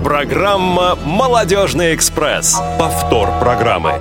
Программа «Молодежный экспресс». Повтор программы.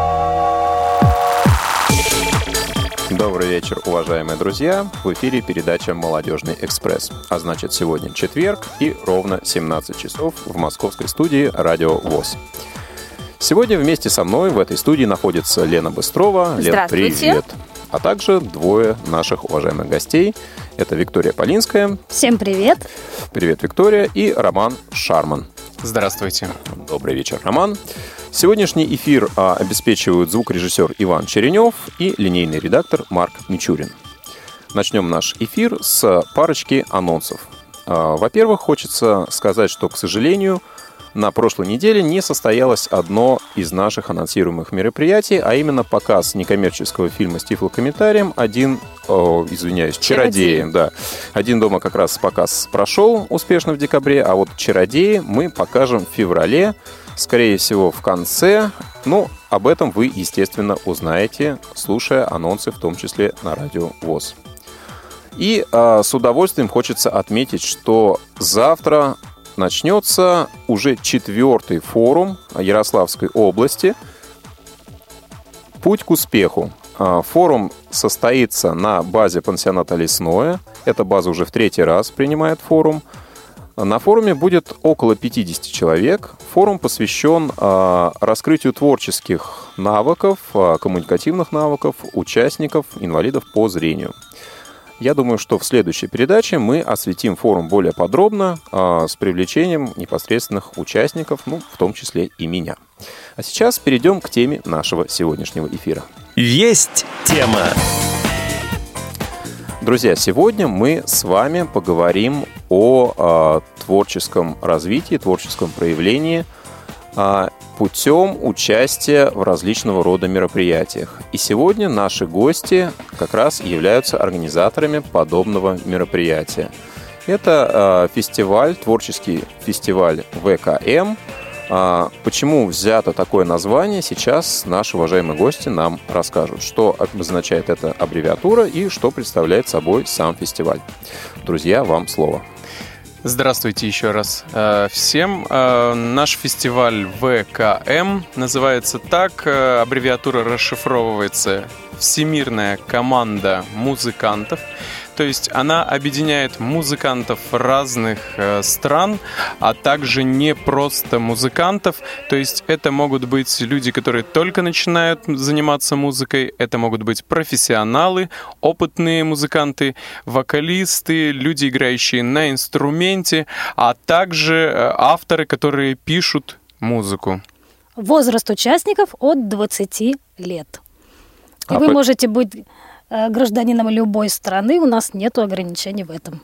Добрый вечер, уважаемые друзья. В эфире передача «Молодежный экспресс». А значит, сегодня четверг и ровно 17 часов в московской студии «Радио ВОС». Сегодня вместе со мной в этой студии находится Лена Быстрова. Лен, привет. А также двое наших уважаемых гостей. Это Виктория Полинская. Всем привет. Привет, Виктория. И Роман Шарман. Здравствуйте. Добрый вечер, Роман. Сегодняшний эфир обеспечивают звукорежиссер Иван Черенев и линейный редактор Марк Мичурин. Начнем наш эфир с парочки анонсов. Во-первых, хочется сказать, что, к сожалению, на прошлой неделе не состоялось одно из наших анонсируемых мероприятий, а именно показ некоммерческого фильма с тифлокомментарием «Чародеи». Да. «Один дома» как раз показ прошел успешно в декабре, а вот «Чародеи» мы покажем в феврале, скорее всего, в конце. Ну, об этом вы, естественно, узнаете, слушая анонсы, в том числе на радио ВОС. И с удовольствием хочется отметить, что завтра начнется уже 4-й форум Ярославской области «Путь к успеху». Форум состоится на базе пансионата «Лесное». Эта база уже в 3-й раз принимает форум. На форуме будет около 50 человек. Форум посвящен раскрытию творческих навыков, коммуникативных навыков участников, инвалидов по зрению. Я думаю, что в следующей передаче мы осветим форум более подробно, с привлечением непосредственных участников, в том числе и меня. А сейчас перейдем к теме нашего сегодняшнего эфира. Есть тема! Друзья, сегодня мы с вами поговорим о творческом развитии, творческом проявлении путем участия в различного рода мероприятиях. И сегодня наши гости как раз являются организаторами подобного мероприятия. Это фестиваль, творческий фестиваль ВКМ. Почему взято такое название, сейчас наши уважаемые гости нам расскажут, что обозначает эта аббревиатура и что представляет собой сам фестиваль. Друзья, вам слово. Здравствуйте еще раз всем. Наш фестиваль ВКМ называется так. Аббревиатура расшифровывается «Всемирная команда музыкантов». То есть она объединяет музыкантов разных стран, а также не просто музыкантов. То есть это могут быть люди, которые только начинают заниматься музыкой, это могут быть профессионалы, опытные музыканты, вокалисты, люди, играющие на инструменте, а также авторы, которые пишут музыку. Возраст участников от 20 лет. И вы можете быть гражданином любой страны, у нас нет ограничений в этом.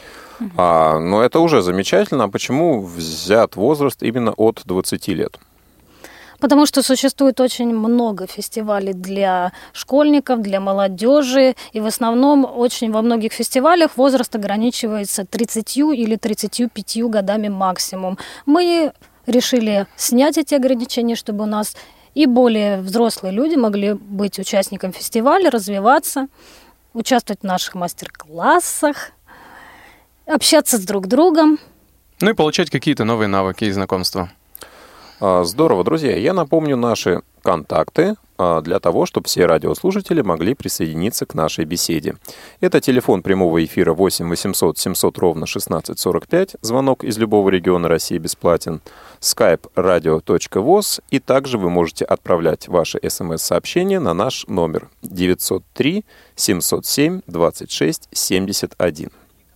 Но это уже замечательно. А почему взят возраст именно от 20 лет? Потому что существует очень много фестивалей для школьников, для молодежи. И в основном очень во многих фестивалях возраст ограничивается 30 или 35 годами максимум. Мы решили снять эти ограничения, чтобы у нас и более взрослые люди могли быть участником фестиваля, развиваться, участвовать в наших мастер-классах, общаться с друг другом. Ну и получать какие-то новые навыки и знакомства. Здорово, друзья. Я напомню наши контакты для того, чтобы все радиослушатели могли присоединиться к нашей беседе. Это телефон прямого эфира 8 800 700 ровно 1645. Звонок из любого региона России бесплатен. Skype radio.voz. И также вы можете отправлять ваши смс-сообщения на наш номер 903 707 26 71.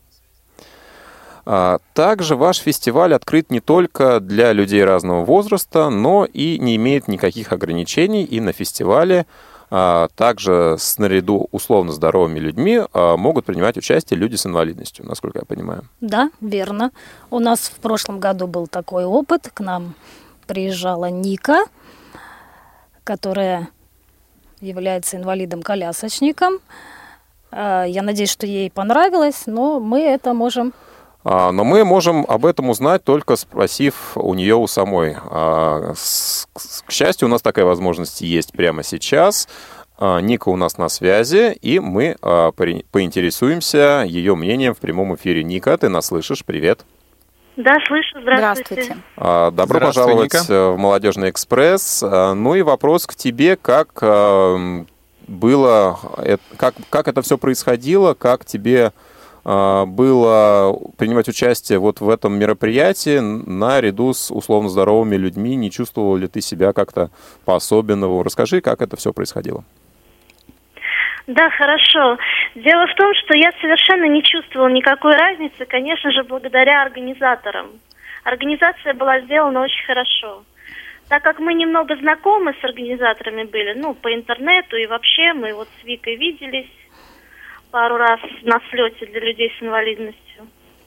Также ваш фестиваль открыт не только для людей разного возраста, но и не имеет никаких ограничений. И на фестивале также наряду условно здоровыми людьми могут принимать участие люди с инвалидностью, насколько я понимаю. Да, верно. У нас в прошлом году был такой опыт. К нам приезжала Ника, которая является инвалидом-колясочником. Я надеюсь, что ей понравилось, но мы это можем... Но мы можем об этом узнать, только спросив у нее у самой. К счастью, у нас такая возможность есть прямо сейчас. Ника у нас на связи, и мы поинтересуемся ее мнением в прямом эфире. Ника, ты нас слышишь? Привет. Да, слышу. Здравствуйте. Добро Здравствуй, пожаловать Ника. в «Молодежный экспресс». Ну и вопрос к тебе, как было, как это все происходило, как тебе было принимать участие вот в этом мероприятии наряду с условно здоровыми людьми? Не чувствовал ли ты себя как-то по-особенному? Расскажи, как это все происходило. Да, хорошо. Дело в том, что я совершенно не чувствовала никакой разницы, конечно же, благодаря организаторам. Организация была сделана очень хорошо. Так как мы немного знакомы с организаторами были, по интернету и вообще, мы вот с Викой виделись пару раз на слете для людей с инвалидностью.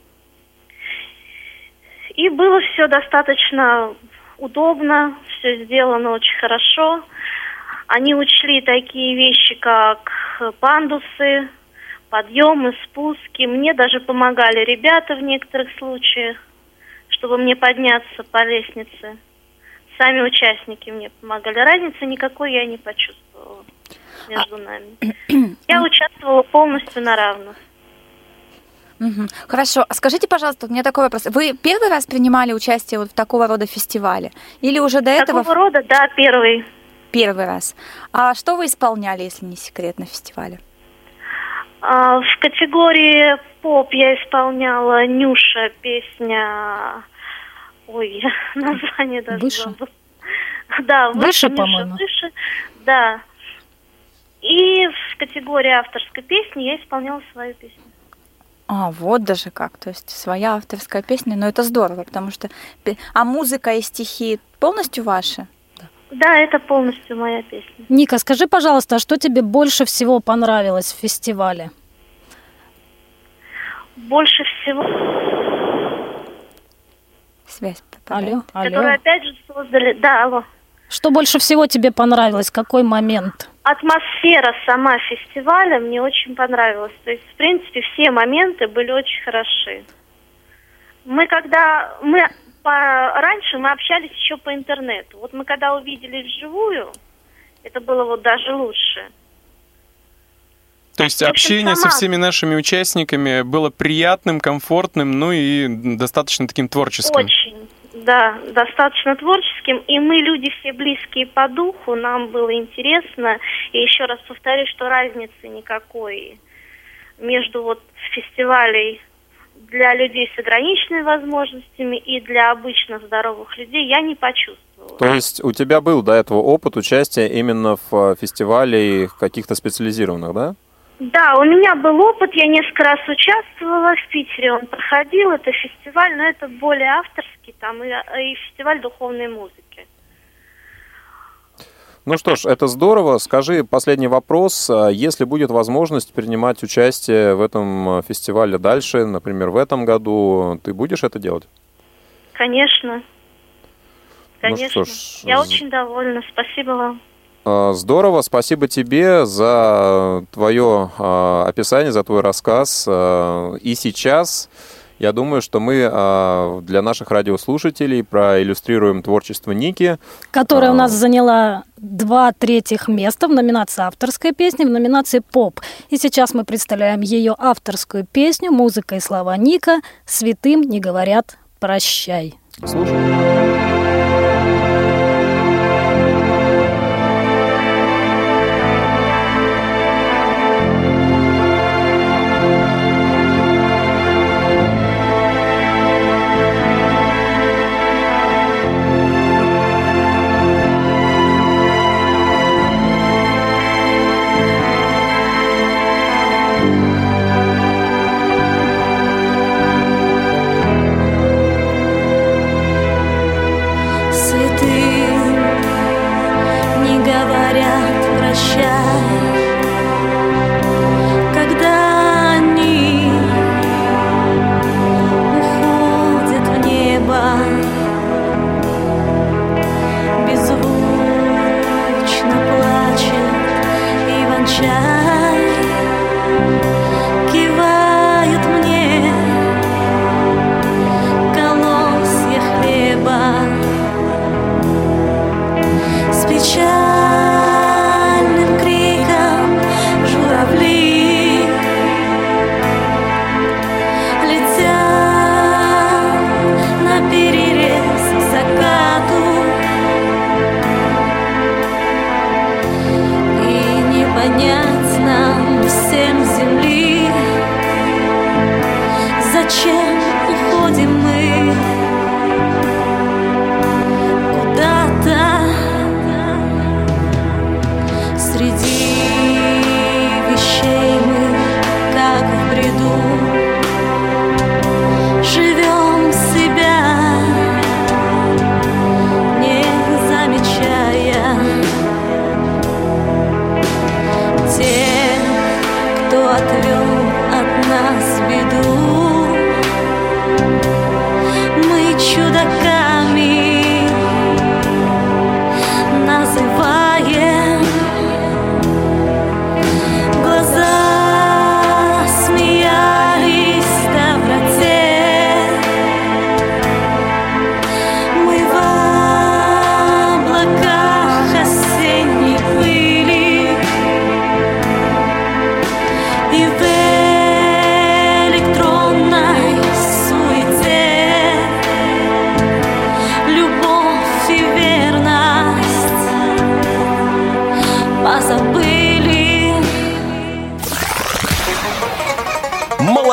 И было все достаточно удобно, все сделано очень хорошо. Они учли такие вещи, как пандусы, подъемы, спуски. Мне даже помогали ребята в некоторых случаях, чтобы мне подняться по лестнице. Сами участники мне помогали. Разницы никакой я не почувствовала между нами. Я участвовала полностью на равных. Хорошо. А скажите, пожалуйста, у меня такой вопрос. Вы первый раз принимали участие вот в такого рода фестивале? Или уже до этого? Такого рода, да, первый. Первый раз. А что вы исполняли, если не секрет, на фестивале? В категории поп я исполняла Нюша, песня... Ой, я название даже Выше? забыла. Да, Выше, Нюша, по-моему. Выше, да. И в категории авторской песни я исполняла свою песню. Вот даже как. То есть своя авторская песня. Но это здорово, потому что... А музыка и стихи полностью ваши? Да, это полностью моя песня. Ника, скажи, пожалуйста, а что тебе больше всего понравилось в фестивале? Больше всего, Связь пропадает. Алло. которую опять же создали... Да, алло. Что больше всего тебе понравилось? Какой момент? Атмосфера сама фестиваля мне очень понравилась. То есть, в принципе, все моменты были очень хороши. Раньше мы общались еще по интернету. Вот мы когда увиделись вживую, это было вот даже лучше. То есть В общем, общение со всеми нашими участниками было приятным, комфортным, ну и достаточно таким творческим. Очень, да, достаточно творческим. И мы люди все близкие по духу, нам было интересно. И еще раз повторюсь, что разницы никакой между вот фестивалей для людей с ограниченными возможностями и для обычно здоровых людей я не почувствовала. То есть у тебя был до этого опыт участия именно в фестивале каких-то специализированных, да? Да, у меня был опыт, я несколько раз участвовала, в Питере он проходил, это фестиваль, но это более авторский, там и фестиваль духовной музыки. Ну что ж, это здорово. Скажи последний вопрос. Если будет возможность принимать участие в этом фестивале дальше, например, в этом году, ты будешь это делать? Конечно. Конечно. Ну что ж, Я очень довольна. Спасибо вам. Здорово, спасибо тебе за твое описание, за твой рассказ. И сейчас я думаю, что мы для наших радиослушателей проиллюстрируем творчество Ники. Которая у нас заняла 2/3 места в номинации «Авторская песня», в номинации «Поп». И сейчас мы представляем ее авторскую песню «Музыка и слова Ника. Святым не говорят прощай». Слушай.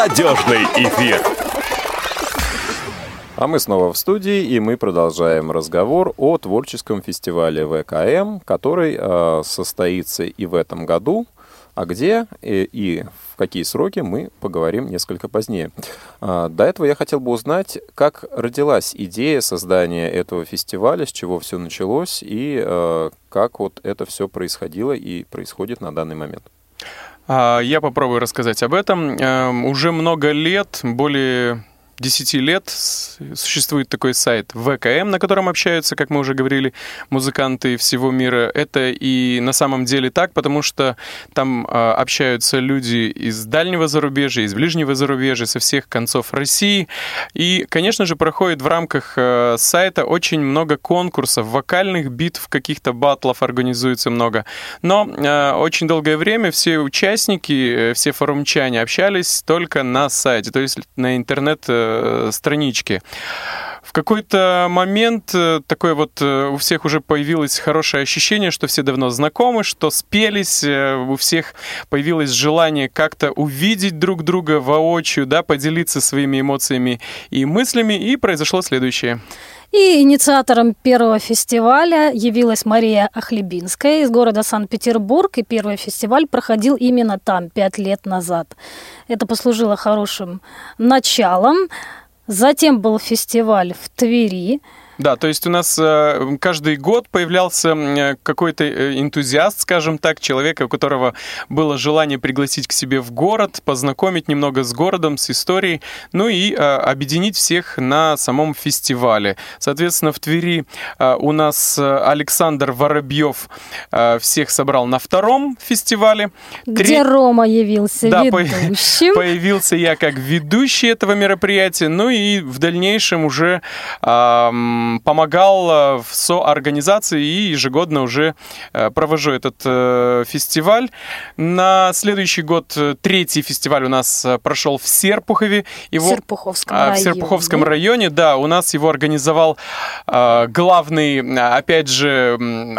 молодежный эфир. А мы снова в студии, и мы продолжаем разговор о творческом фестивале ВКМ, который состоится и в этом году, а где и в какие сроки мы поговорим несколько позднее. До этого я хотел бы узнать, как родилась идея создания этого фестиваля, с чего все началось и как вот это все происходило и происходит на данный момент. Я попробую рассказать об этом. Уже много лет, более 10 лет существует такой сайт ВКМ, на котором общаются, как мы уже говорили, музыканты всего мира. Это и на самом деле так, потому что там общаются люди из дальнего зарубежья, из ближнего зарубежья, со всех концов России. И, конечно же, проходит в рамках сайта очень много конкурсов, вокальных битв, каких-то батлов организуется много. Но очень долгое время все участники, все форумчане общались только на сайте, то есть на интернет-страничке. В какой-то момент такое вот у всех уже появилось хорошее ощущение, что все давно знакомы, что спелись, у всех появилось желание как-то увидеть друг друга воочию, да, поделиться своими эмоциями и мыслями, и произошло следующее. И инициатором первого фестиваля явилась Мария Ахлебинская из города Санкт-Петербург, и первый фестиваль проходил именно там 5 лет назад. Это послужило хорошим началом. Затем был фестиваль в Твери. Да, то есть у нас каждый год появлялся какой-то энтузиаст, скажем так, человек, у которого было желание пригласить к себе в город, познакомить немного с городом, с историей, ну и объединить всех на самом фестивале. Соответственно, в Твери у нас Александр Воробьев всех собрал на втором фестивале. Где Рома явился ведущим. Появился я как ведущий этого мероприятия, ну и в дальнейшем уже помогал в соорганизации и ежегодно уже провожу этот фестиваль. На следующий год третий фестиваль у нас прошел в Серпухове. В Серпуховском районе, да, у нас его организовал главный, опять же,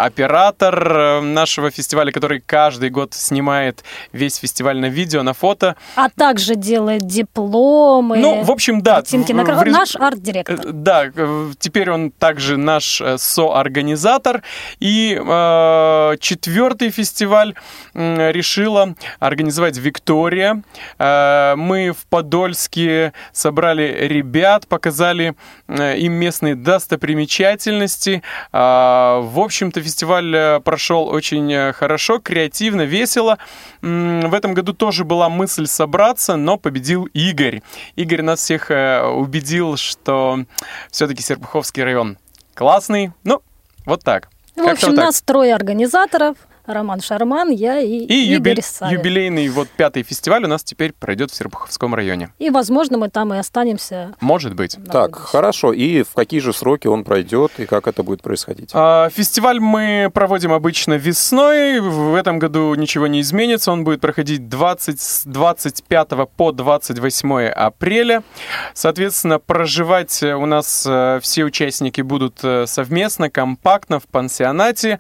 оператор нашего фестиваля, который каждый год снимает весь фестиваль на видео, на фото. А также делает дипломы. Ну, в общем, да. Наш арт-директор. Да, теперь он также наш соорганизатор. И четвертый фестиваль решила организовать Виктория. Мы в Подольске собрали ребят, показали им местные достопримечательности. В общем-то, фестиваль прошел очень хорошо, креативно, весело. В этом году тоже была мысль собраться, но победил Игорь. Игорь нас всех убедил, что все-таки Серпуховский район классный. Ну, вот так. В общем, нас 3 организаторов. Роман Шарман, я и Игорь Савин. Юбилейный 5-й фестиваль у нас теперь пройдет в Серпуховском районе. И, возможно, мы там и останемся. Может быть. Так, хорошо. И в какие же сроки он пройдет, и как это будет происходить? Фестиваль мы проводим обычно весной. В этом году ничего не изменится. Он будет проходить с 25 по 28 апреля. Соответственно, проживать у нас все участники будут совместно, компактно, в пансионате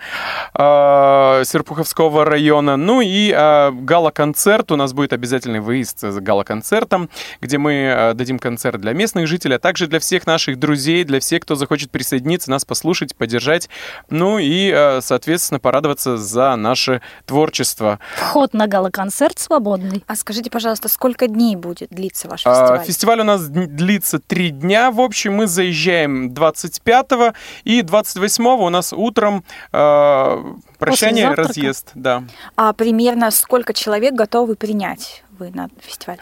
Серпуховского района. Ну и гала-концерт. У нас будет обязательный выезд с гала-концертом, где мы дадим концерт для местных жителей, а также для всех наших друзей, для всех, кто захочет присоединиться, нас послушать, поддержать. Ну и, соответственно, порадоваться за наше творчество. Вход на гала-концерт свободный. А скажите, пожалуйста, сколько дней будет длиться ваш фестиваль? Фестиваль у нас длится 3 дня. В общем, мы заезжаем 25-го, и 28-го у нас утром прощание, разъезд, да. А примерно сколько человек готовы принять вы на фестиваль?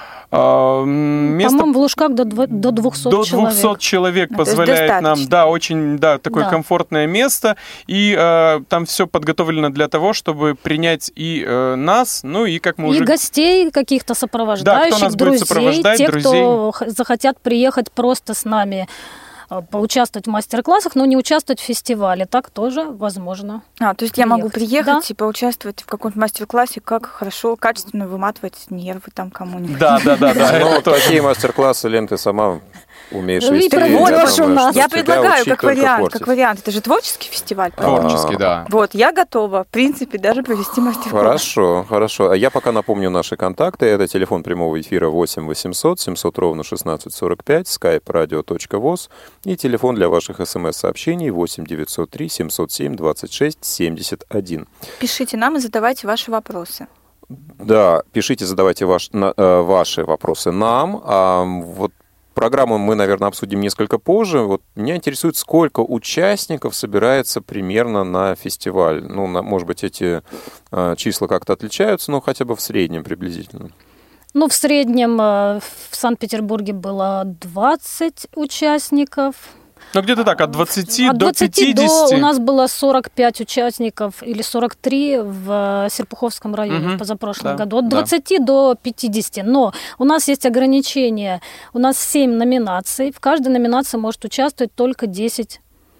По-моему, в Лужках до 200 человек. До 200 человек позволяет нам, да, очень, да, такое комфортное место. И там все подготовлено для того, чтобы принять и нас, ну и как мы уже... И гостей каких-то сопровождающих, да, кто нас друзей, будет сопровождать, тех, друзей. кто захотят приехать просто с нами поучаствовать в мастер-классах, но не участвовать в фестивале. Так тоже возможно. То есть я могу приехать и поучаствовать в каком-то мастер-классе, как хорошо, качественно выматывать нервы там кому-нибудь. Да. Ну, такие мастер-классы, Лен, ты сама умеешь Ну, вести. Виктор, Я вот думаю, ваш у нас. что Я тебя предлагаю учить как только вариант, творчеству. Это же творческий фестиваль. Творческий, да. Вот, я готова, в принципе, даже провести мастер-класс. Хорошо. А я пока напомню наши контакты. Это телефон прямого эфира 8 800 700 ровно 1645, skype radio.voz и телефон для ваших смс-сообщений 8 903 707 26 71. Пишите нам и задавайте ваши вопросы. Да, пишите, задавайте ваши вопросы нам. Вот программу мы, наверное, обсудим несколько позже. Вот меня интересует, сколько участников собирается примерно на фестиваль. Ну, может быть, эти числа как-то отличаются, но хотя бы в среднем приблизительно. Ну, в среднем в Санкт-Петербурге было 20 участников. Ну, где-то так, от 20 От до 20 50. у нас было 45 участников или 43 в Серпуховском районе в позапрошлом году. От 20 до 50. Но у нас есть ограничения. У нас 7 номинаций. В каждой номинации может участвовать только 10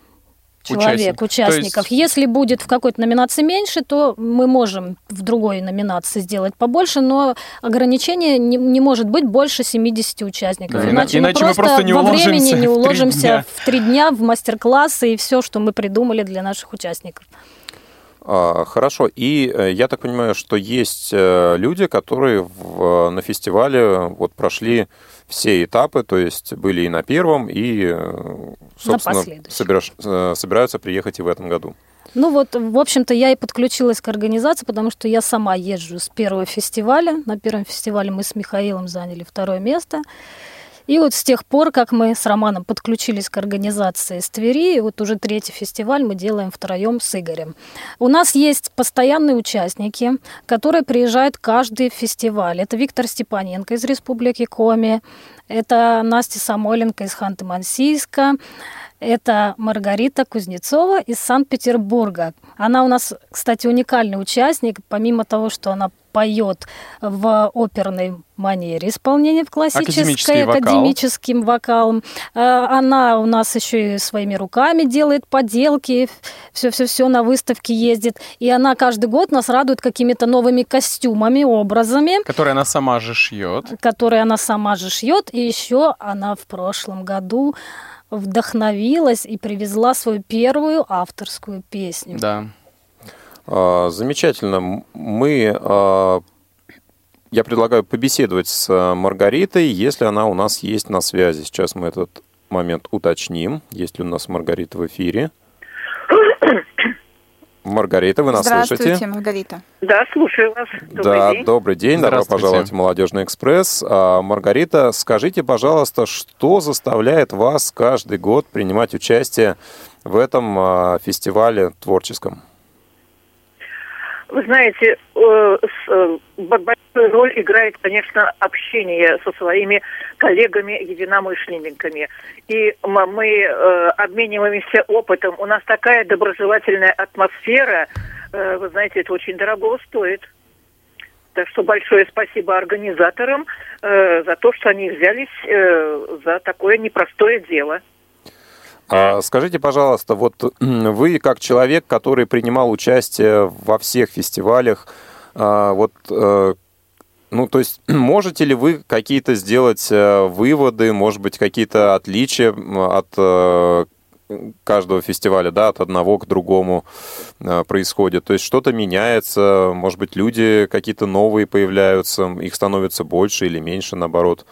участников. Если будет в какой-то номинации меньше, то мы можем в другой номинации сделать побольше, но ограничение не может быть больше 70 участников. Да, иначе мы просто не во времени не уложимся в 3 дня в мастер-классы и все, что мы придумали для наших участников. Хорошо. И я так понимаю, что есть люди, которые на фестивале вот прошли все этапы, то есть были и на первом, и, собственно, собираются приехать и в этом году. Ну вот, в общем-то, я и подключилась к организации, потому что я сама езжу с первого фестиваля. На первом фестивале мы с Михаилом заняли 2 место. И вот с тех пор, как мы с Романом подключились к организации с Твери, вот уже 3-й фестиваль мы делаем втроем с Игорем. У нас есть постоянные участники, которые приезжают каждый фестиваль. Это Виктор Степаненко из Республики Коми, это Настя Самойленко из Ханты-Мансийска, это Маргарита Кузнецова из Санкт-Петербурга. Она у нас, кстати, уникальный участник, помимо того, что она поет в оперной манере исполнения, в классической, академическим вокалом. Она у нас еще и своими руками делает поделки, все на выставке ездит. И она каждый год нас радует какими-то новыми костюмами, образами. Которые она сама же шьет. И еще она в прошлом году вдохновилась и привезла свою первую авторскую песню. Да. Замечательно. Я предлагаю побеседовать с Маргаритой, если она у нас есть на связи. Сейчас мы этот момент уточним. Есть ли у нас Маргарита в эфире? Маргарита, вы нас слышите? Здравствуйте, Маргарита. Да, слушаю вас. Добрый день. Добро пожаловать в «Молодежный экспресс». Маргарита, скажите, пожалуйста, что заставляет вас каждый год принимать участие в этом фестивале творческом? Вы знаете, большую роль играет, конечно, общение со своими коллегами, единомышленниками. И мы обмениваемся опытом. У нас такая доброжелательная атмосфера. Вы знаете, это очень дорого стоит. Так что большое спасибо организаторам за то, что они взялись за такое непростое дело. Скажите, пожалуйста, вот вы как человек, который принимал участие во всех фестивалях, то есть можете ли вы какие-то сделать выводы, может быть, какие-то отличия от каждого фестиваля, да, от одного к другому происходит? То есть что-то меняется, может быть, люди какие-то новые появляются, их становится больше или меньше, наоборот?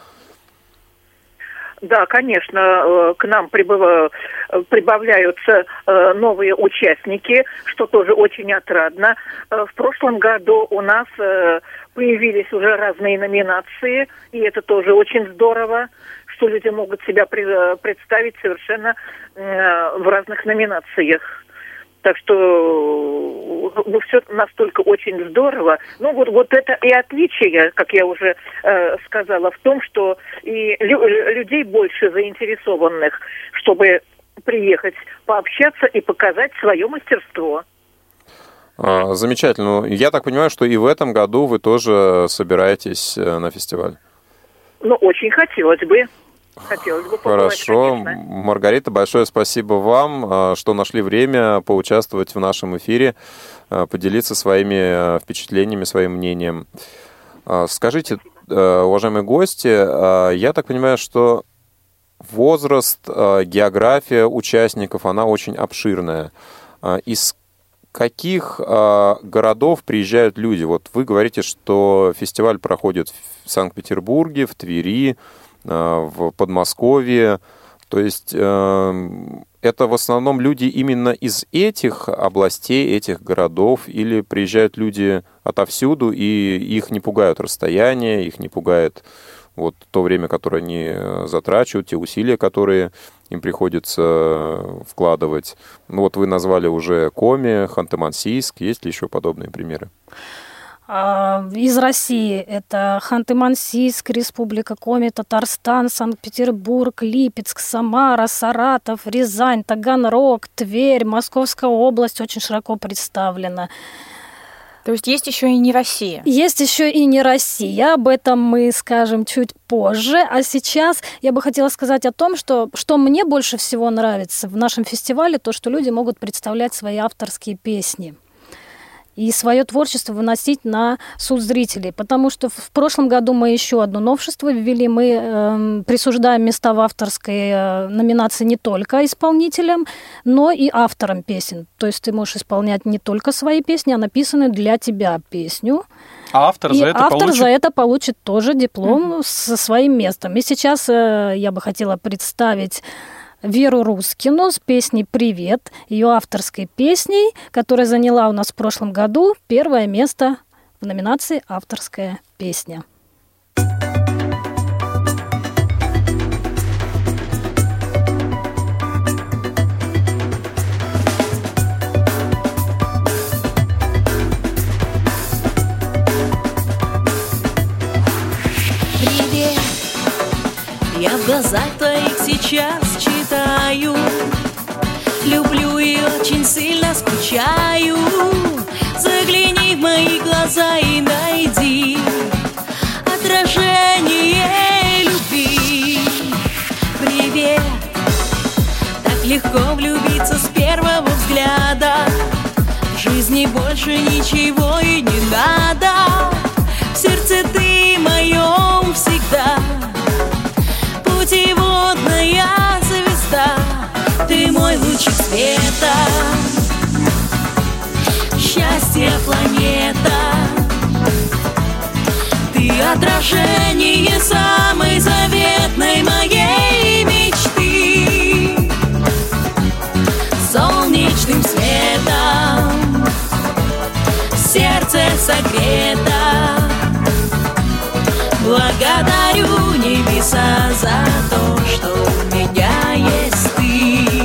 Да, конечно, к нам прибавляются новые участники, что тоже очень отрадно. В прошлом году у нас появились уже разные номинации, и это тоже очень здорово, что люди могут себя представить совершенно в разных номинациях. Так что все настолько очень здорово. Ну, вот это и отличие, как я уже сказала, в том, что и людей больше заинтересованных, чтобы приехать, пообщаться и показать свое мастерство. Замечательно. Я так понимаю, что и в этом году вы тоже собираетесь на фестиваль? Ну, очень хотелось бы. Хорошо. Маргарита, большое спасибо вам, что нашли время поучаствовать в нашем эфире, поделиться своими впечатлениями, своим мнением. Скажите, уважаемые гости, я так понимаю, что возраст, география участников, она очень обширная. Из каких городов приезжают люди? Вот вы говорите, что фестиваль проходит в Санкт-Петербурге, в Твери, в Подмосковье. То есть это в основном люди именно из этих областей, этих городов, или приезжают люди отовсюду, и их не пугают расстояния, их не пугает вот то время, которое они затрачивают, те усилия, которые им приходится вкладывать. Ну вот вы назвали уже Коми, Ханты-Мансийск. Есть ли еще подобные примеры? Из России это Ханты-Мансийск, Республика Коми, Татарстан, Санкт-Петербург, Липецк, Самара, Саратов, Рязань, Таганрог, Тверь, Московская область очень широко представлена. То есть есть еще и не Россия? Есть еще и не Россия. Об этом мы скажем чуть позже. А сейчас я бы хотела сказать о том, что мне больше всего нравится в нашем фестивале, то, что люди могут представлять свои авторские песни и свое творчество выносить на суд зрителей. Потому что в прошлом году мы еще одно новшество ввели. Мы присуждаем места в авторской номинации не только исполнителям, но и авторам песен. То есть ты можешь исполнять не только свои песни, а написанную для тебя песню. А автор за это получит тоже диплом со своим местом. И сейчас я бы хотела представить Веру Рускину с песней «Привет», ее авторской песней, которая заняла у нас в прошлом году первое место в номинации «Авторская песня». Привет, я в глазах твоих сейчас читаю, люблю и очень сильно скучаю. Загляни в мои глаза и найди отражение любви. Привет, так легко влюбиться с первого взгляда. В жизни больше ничего и не надо. В сердце ты моем всегда, путеводная звезда. Ты мой лучик света, счастье планета. Ты отражение самой заветной моей мечты. Солнечным светом сердце согрето. Благодарю небеса за то, что у меня есть ты.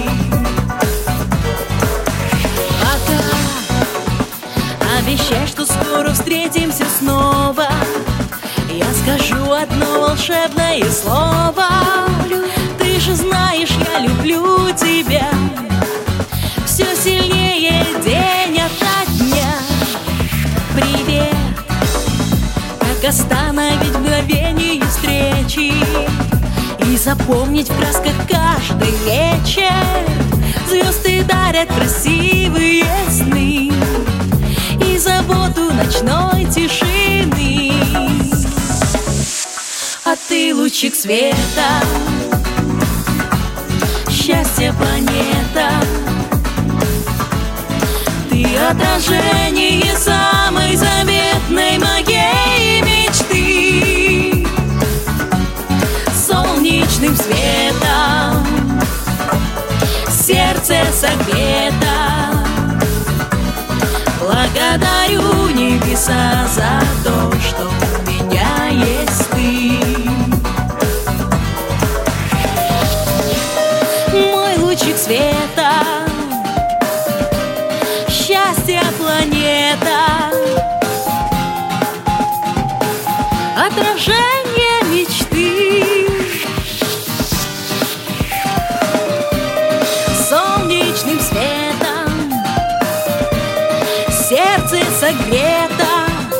Пока обещай, что скоро встретимся снова. Я скажу одно волшебное слово. Ты же знаешь, я люблю тебя все сильнее день ото дня. Привет, как остановить мгновение встречи и запомнить в красках каждый вечер. Звезды дарят красивые сны и заботу ночной тишины. А ты лучик света, счастье планета. Ты отражение самой заветной моей мечты. Солнечным светом сердце согрето. Благодарю небеса за то, что у меня есть ты. Мой лучик света, счастье планета. Отражение мечты. Солнечным светом сердце согрето.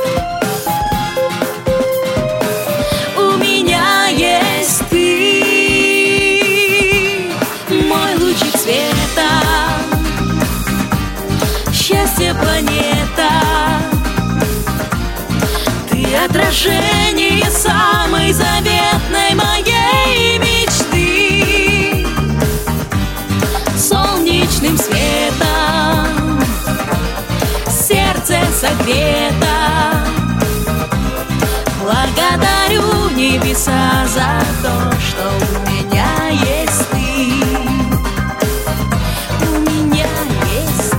У меня есть ты. Мой лучик света, счастье планета. Ты отражение самой заветной моей мечты. небеса за то, что у меня есть ты. У меня есть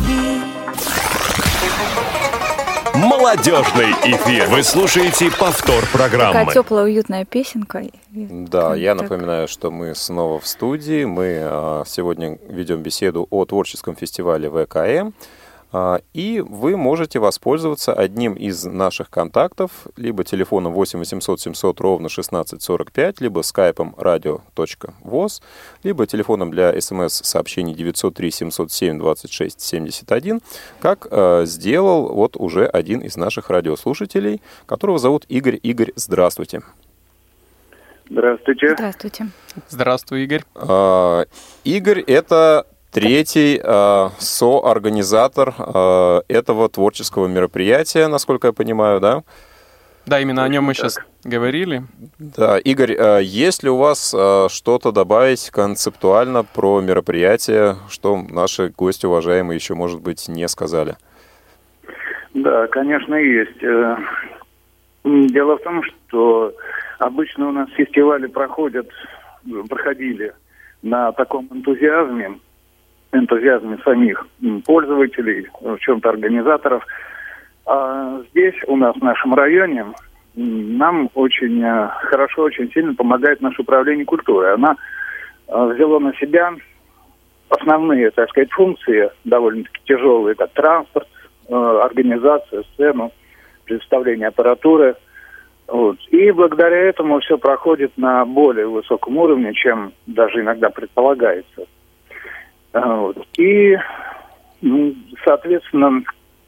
ты. Молодежный эфир. Вы слушаете повтор программы. Такая теплая, уютная песенка. Да, я Так. напоминаю, что мы снова в студии. Мы сегодня ведем беседу о творческом фестивале ВКМ. И вы можете воспользоваться одним из наших контактов, либо телефоном 8 800 700 ровно 1645, либо скайпом radio.voz, либо телефоном для смс-сообщений 903 707 26 71, как сделал вот уже один из наших радиослушателей, которого зовут Игорь. Игорь, здравствуйте. Здравствуйте. Здравствуйте. Здравствуй, Игорь. Игорь — это третий соорганизатор этого творческого мероприятия, насколько я понимаю, да? Да, именно о нем мы сейчас говорили. Да, Игорь, есть ли у вас что-то добавить концептуально про мероприятие, что наши гости, уважаемые, еще, может быть, не сказали? Да, конечно, есть. Дело в том, что обычно у нас фестивали проходили на таком энтузиазме самих пользователей, в чем-то организаторов. А здесь, у нас, в нашем районе, нам очень хорошо, очень сильно помогает наше управление культурой. Она взяла на себя основные, так сказать, функции, довольно-таки тяжелые, как транспорт, организация, сцену, представление аппаратуры. Вот. И благодаря этому все проходит на более высоком уровне, чем даже иногда предполагается. Вот. И, соответственно,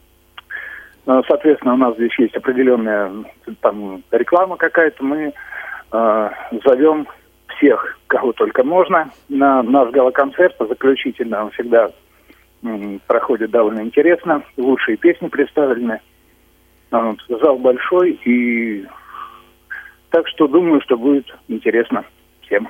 у нас здесь есть определенная там реклама какая-то. Мы зовем всех, кого только можно, на наш гала-концерт. Заключительно он всегда проходит довольно интересно. Лучшие песни представлены. Вот. Зал большой, и так что думаю, что будет интересно всем.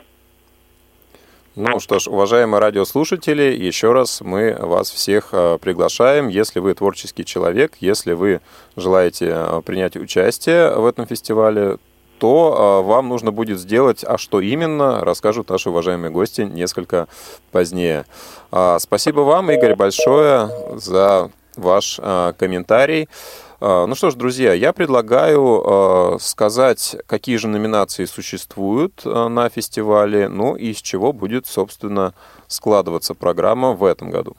Ну что ж, уважаемые радиослушатели, еще раз мы вас всех приглашаем. Если вы творческий человек, если вы желаете принять участие в этом фестивале, то вам нужно будет сделать, а что именно, расскажут наши уважаемые гости несколько позднее. Спасибо вам, Игорь, большое за ваш комментарий. Ну что ж, друзья, я предлагаю сказать, какие же номинации существуют на фестивале, ну и из чего будет, собственно, складываться программа в этом году.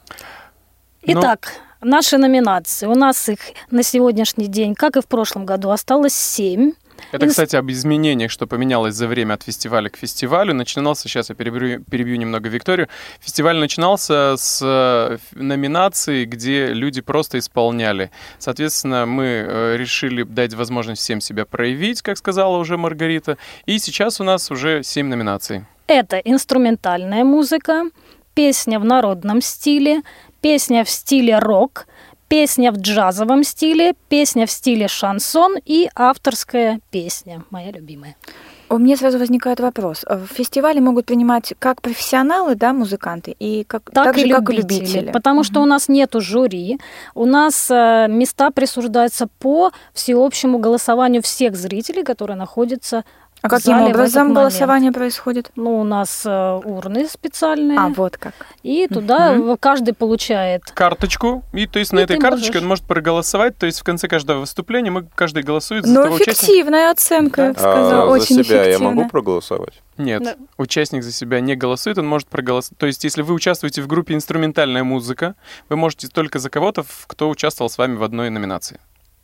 Итак, наши номинации. У нас их на сегодняшний день, как и в прошлом году, осталось 7. Это, кстати, об изменениях, что поменялось за время от фестиваля к фестивалю. Начинался, сейчас я перебью немного Викторию, фестиваль начинался с номинаций, где люди просто исполняли. Соответственно, мы решили дать возможность всем себя проявить, как сказала уже Маргарита. И сейчас у нас уже 7 номинаций. Это инструментальная музыка, песня в народном стиле, песня в стиле рок, песня в джазовом стиле, песня в стиле шансон и авторская песня, моя любимая. У меня сразу возникает вопрос. В фестивале могут принимать как профессионалы, да, музыканты, и так же, как и любители. Потому что у нас нету жюри, у нас места присуждаются по всеобщему голосованию всех зрителей, которые находятся А в каким зале в образом этот голосование момент. происходит? Ну, у нас урны специальные. А, вот как. И туда каждый получает Карточку, и то есть на этой карточке он может проголосовать, то есть в конце каждого выступления каждый голосует за того участника. Эффективная оценка, я бы сказала, очень за себя эффективная. я могу проголосовать? Нет, Да. участник за себя не голосует, он может проголосовать. То есть, если вы участвуете в группе «Инструментальная музыка», вы можете только за кого-то, кто участвовал с вами в одной номинации.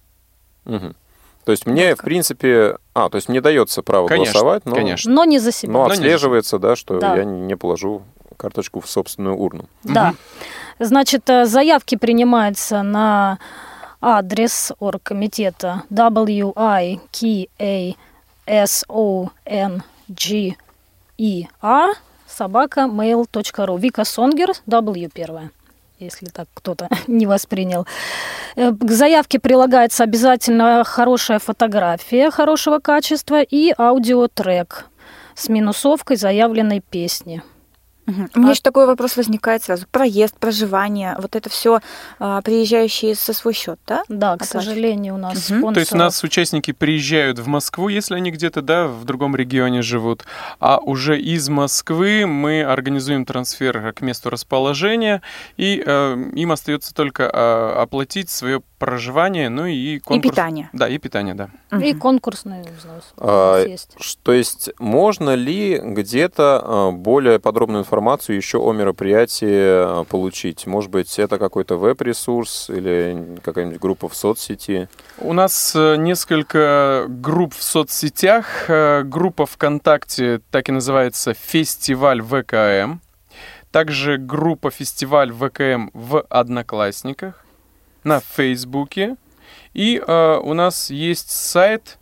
Угу. То есть мне, в принципе... то есть мне дается право голосовать, но... Конечно. но не за себя. Но отслеживается, да, что Да. я не положу карточку в собственную урну. Да. Значит, заявки принимаются на адрес оргкомитета wikasongia@mail.ru. Вика Сонгер, W первая, если так кто-то не воспринял. К заявке прилагается обязательно хорошая фотография хорошего качества и аудиотрек с минусовкой заявленной песни. У меня еще такой вопрос возникает сразу. Проезд, проживание, вот это все приезжающие со свой счет, да? Да, к сожалению, у нас спонсоров. То есть у нас участники приезжают в Москву, если они где-то, да, в другом регионе живут, а уже из Москвы мы организуем трансфер к месту расположения, и им остается только оплатить свое проживание, ну и конкурс. И питание. Да, и питание, да. И конкурсный взнос есть. То есть можно ли где-то более подробную информацию еще о мероприятии получить? Может быть, это какой-то веб-ресурс или какая-нибудь группа в соцсети? У нас несколько групп в соцсетях. Группа ВКонтакте так и называется «Фестиваль ВКМ». Также группа «Фестиваль ВКМ» в Одноклассниках, на Фейсбуке. И у нас есть сайт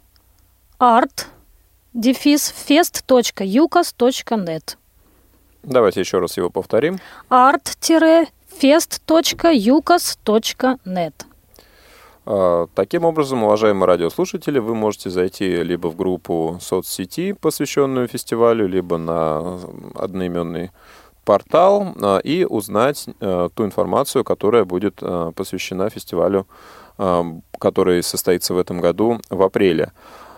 art-fest.ucas.net. Давайте еще раз его повторим. art-fest.ucas.net. Таким образом, уважаемые радиослушатели, вы можете зайти либо в группу соцсети, посвященную фестивалю, либо на одноименный портал и узнать ту информацию, которая будет посвящена фестивалю, который состоится в этом году в апреле.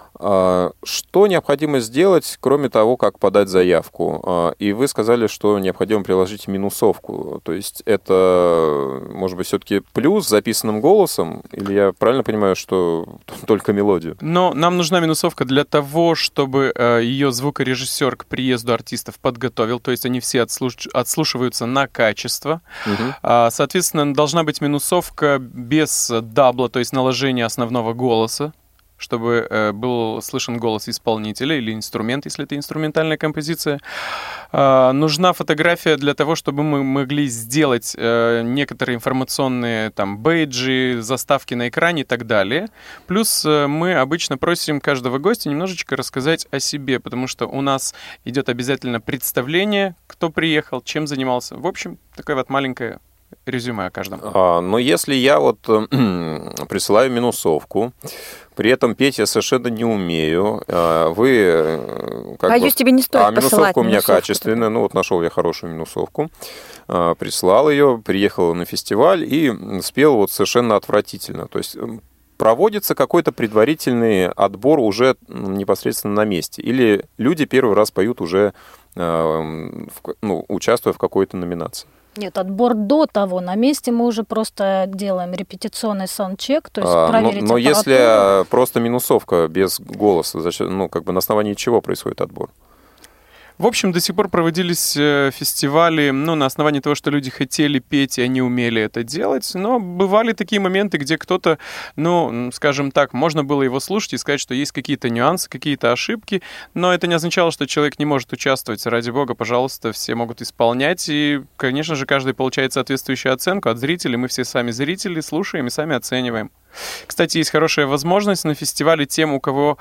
Что необходимо сделать, кроме того, как подать заявку? И вы сказали, что необходимо приложить минусовку. То есть это, может быть, все-таки плюс с записанным голосом? Или я правильно понимаю, что только мелодию? Но нам нужна минусовка для того, чтобы ее звукорежиссер к приезду артистов подготовил. То есть они все отслушиваются на качество. Соответственно, должна быть минусовка без дабла, то есть наложения основного голоса, чтобы был слышен голос исполнителя или инструмент, если это инструментальная композиция. Нужна фотография для того, чтобы мы могли сделать некоторые информационные там бейджи, заставки на экране и так далее. Плюс мы обычно просим каждого гостя немножечко рассказать о себе, потому что у нас идет обязательно представление, кто приехал, чем занимался. В общем, такое вот маленькое резюме о каждом. Но если я вот присылаю минусовку, при этом петь я совершенно не умею, вы... Боюсь, тебе не стоит посылать минусовка у меня качественная, ну вот нашел я хорошую минусовку, прислал ее, приехал на фестиваль и спел вот совершенно отвратительно. То есть проводится какой-то предварительный отбор уже непосредственно на месте? Или люди первый раз поют уже, участвуя в какой-то номинации? Нет, отбор до того. На месте мы уже просто делаем репетиционный саундчек, то есть проверить но если просто минусовка без голоса, на основании чего происходит отбор? В общем, до сих пор проводились фестивали, на основании того, что люди хотели петь, и они умели это делать. Но бывали такие моменты, где кто-то, скажем так, можно было его слушать и сказать, что есть какие-то нюансы, какие-то ошибки, но это не означало, что человек не может участвовать. Ради бога, пожалуйста, все могут исполнять, и, конечно же, каждый получает соответствующую оценку от зрителей. Мы все сами зрители, слушаем и сами оцениваем. Кстати, есть хорошая возможность на фестивале тем, у кого,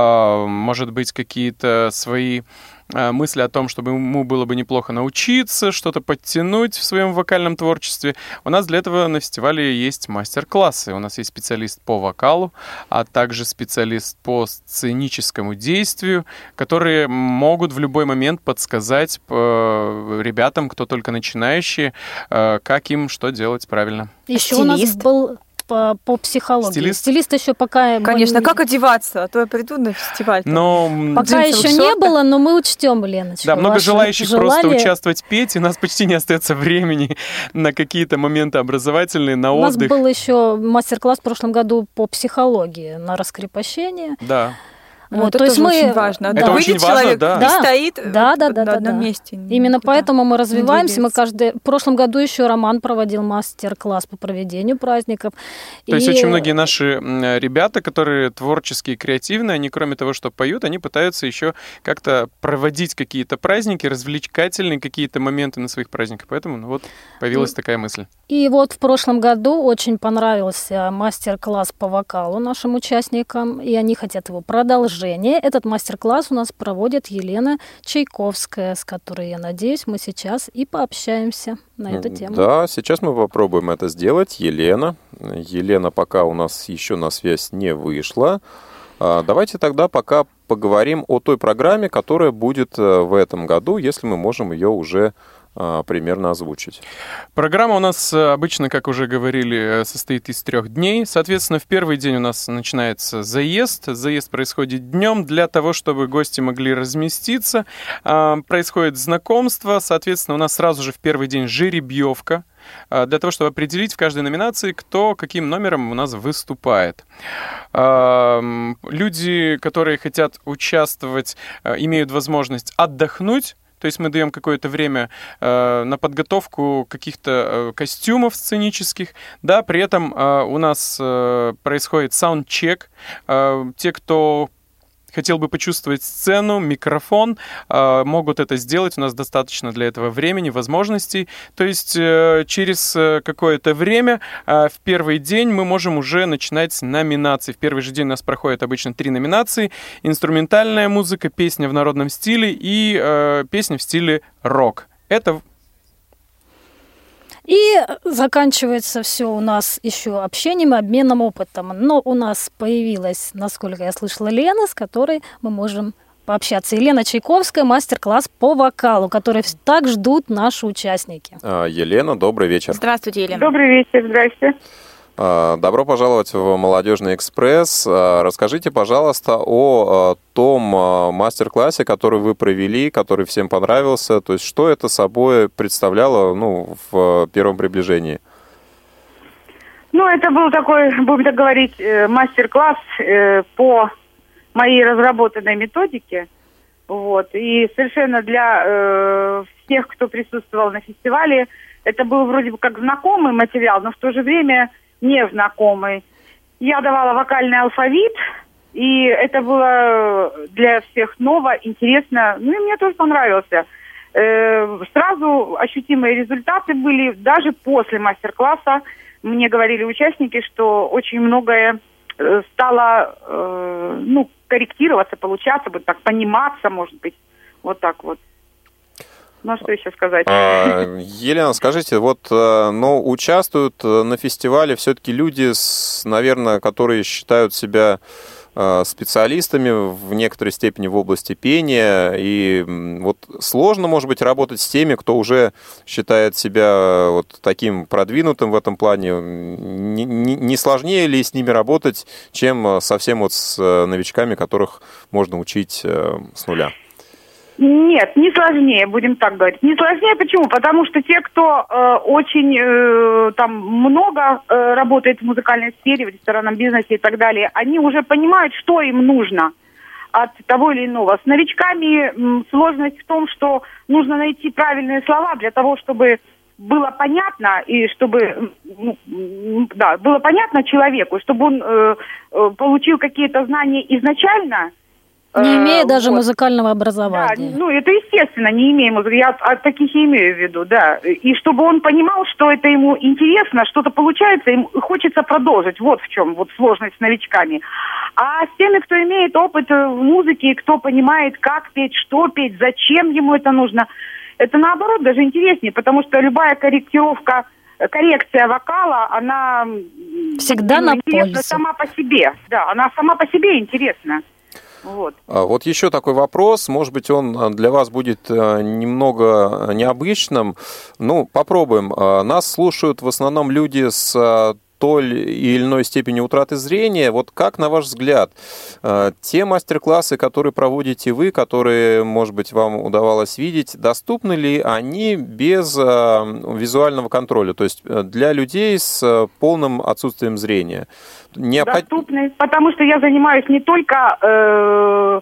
может быть, какие-то свои мысли о том, чтобы ему было бы неплохо научиться, что-то подтянуть в своем вокальном творчестве. У нас для этого на фестивале есть мастер-классы. У нас есть специалист по вокалу, а также специалист по сценическому действию, которые могут в любой момент подсказать ребятам, кто только начинающие, как им что делать правильно. Еще у нас был по психологии. Стилист еще пока... Конечно, как одеваться? А то я приду на фестиваль. Пока еще не было, но мы учтем, Леночка. Да, много желающих просто участвовать, петь, и у нас почти не остается времени на какие-то моменты образовательные, на отдых. У нас был еще мастер-класс в прошлом году по психологии на раскрепощение. Да. Вот, это тоже очень важно. Это очень важно, да. И стоит на одном месте. Именно поэтому мы развиваемся. В прошлом году еще Роман проводил мастер-класс по проведению праздников. То есть очень многие наши ребята, которые творческие, креативные, они кроме того, что поют, они пытаются еще как-то проводить какие-то праздники, развлекательные какие-то моменты на своих праздниках. Поэтому появилась такая мысль. И вот в прошлом году очень понравился мастер-класс по вокалу нашим участникам, и они хотят его продолжить. Этот мастер-класс у нас проводит Елена Чайковская, с которой, я надеюсь, мы сейчас и пообщаемся на эту тему. Да, сейчас мы попробуем это сделать. Елена пока у нас еще на связь не вышла. Давайте тогда пока поговорим о той программе, которая будет в этом году, если мы можем ее уже примерно озвучить. Программа у нас обычно, как уже говорили, состоит из 3 дней. Соответственно, в первый день у нас начинается заезд. Заезд происходит днем для того, чтобы гости могли разместиться. Происходит знакомство. Соответственно, у нас сразу же в первый день жеребьевка для того, чтобы определить в каждой номинации, кто каким номером у нас выступает. Люди, которые хотят участвовать, имеют возможность отдохнуть. То есть мы даем какое-то время на подготовку каких-то костюмов сценических. Да, при этом у нас происходит саундчек. Те, кто хотел бы почувствовать сцену, микрофон, могут это сделать. У нас достаточно для этого времени, возможностей. То есть через какое-то время в первый день мы можем уже начинать номинации. В первый же день у нас проходят обычно 3 номинации. Инструментальная музыка, песня в народном стиле и песня в стиле рок. Это... И заканчивается все у нас еще общением и обменом опытом. Но у нас появилась, насколько я слышала, Лена, с которой мы можем пообщаться. Елена Чайковская, мастер-класс по вокалу, который так ждут наши участники. Елена, добрый вечер. Здравствуйте, Елена. Добрый вечер, здрасте. Добро пожаловать в «Молодежный экспресс». Расскажите, пожалуйста, о том мастер-классе, который вы провели, который всем понравился. То есть, что это собой представляло, в первом приближении? Это был такой, будем так говорить, мастер-класс по моей разработанной методике. И совершенно для всех, кто присутствовал на фестивале, это был вроде бы как знакомый материал, но в то же время незнакомый. Я давала вокальный алфавит, и это было для всех ново, интересно. И мне тоже понравился. Сразу ощутимые результаты были даже после мастер-класса. Мне говорили участники, что очень многое стало корректироваться, получаться, так пониматься, может быть. Вот так вот. Что еще сказать? Елена, скажите, участвуют на фестивале все-таки люди, наверное, которые считают себя специалистами в некоторой степени в области пения, и сложно, может быть, работать с теми, кто уже считает себя таким продвинутым в этом плане. Не сложнее ли с ними работать, чем совсем с новичками, которых можно учить с нуля? Нет, не сложнее, будем так говорить. Не сложнее почему? Потому что те, кто очень много работает в музыкальной сфере, в ресторанном бизнесе и так далее, они уже понимают, что им нужно от того или иного. С новичками сложность в том, что нужно найти правильные слова для того, чтобы было понятно, и чтобы было понятно человеку, чтобы он получил какие-то знания изначально, не имея даже музыкального образования. Да, это естественно, не имея музыки. Я таких и имею в виду, да. И чтобы он понимал, что это ему интересно, что-то получается, ему хочется продолжить. Вот в чем сложность с новичками. А с теми, кто имеет опыт в музыке, кто понимает, как петь, что петь, зачем ему это нужно, это наоборот даже интереснее, потому что любая коррекция вокала, она всегда на пользу. Сама по себе. Да, она сама по себе интересна. Еще такой вопрос, может быть, он для вас будет немного необычным. Попробуем. Нас слушают в основном люди с той или иной степени утраты зрения. Как, на ваш взгляд, те мастер-классы, которые проводите вы, которые, может быть, вам удавалось видеть, доступны ли они без визуального контроля? То есть для людей с полным отсутствием зрения? Доступны, потому что я занимаюсь не только...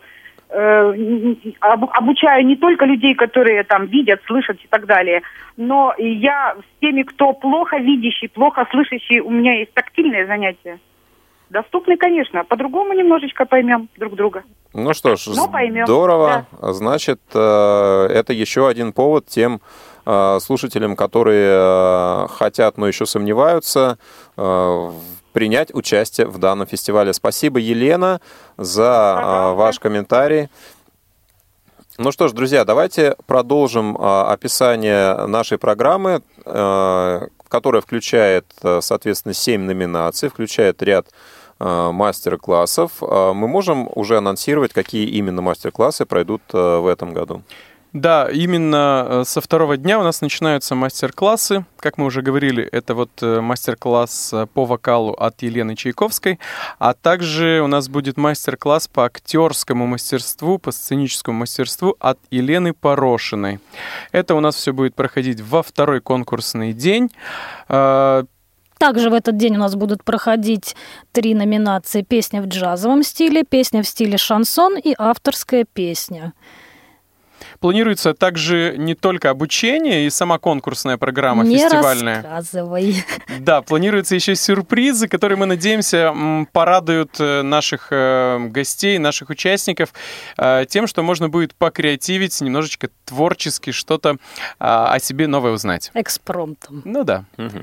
обучаю не только людей, которые видят, слышат и так далее, но и я с теми, кто плохо видящий, плохо слышащий, у меня есть тактильные занятия. Доступны, конечно, по-другому немножечко поймем друг друга. Что ж, здорово. Да. Значит, это еще один повод тем слушателям, которые хотят, но еще сомневаются, принять участие в данном фестивале. Спасибо, Елена, за ваш комментарий. Что ж, друзья, давайте продолжим описание нашей программы, которая включает, соответственно, 7 номинаций, включает ряд мастер-классов. Мы можем уже анонсировать, какие именно мастер-классы пройдут в этом году? Да, именно со второго дня у нас начинаются мастер-классы. Как мы уже говорили, это вот мастер-класс по вокалу от Елены Чайковской, а также у нас будет мастер-класс по актерскому мастерству, по сценическому мастерству от Елены Порошиной. Это у нас все будет проходить во второй конкурсный день. Также в этот день у нас будут проходить 3 номинации: песня в джазовом стиле, песня в стиле шансон и авторская песня. Планируется также не только обучение и сама конкурсная программа фестивальная. Не рассказывай. Да, планируются еще сюрпризы, которые, мы надеемся, порадуют наших гостей, наших участников тем, что можно будет покреативить, немножечко творчески что-то о себе новое узнать. Экспромтом. Ну да.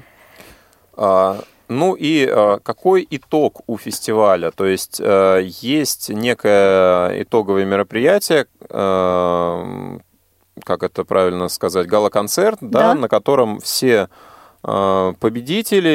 Ну и какой итог у фестиваля? То есть есть некое итоговое мероприятие, как это правильно сказать, гала-концерт, да, на котором все победители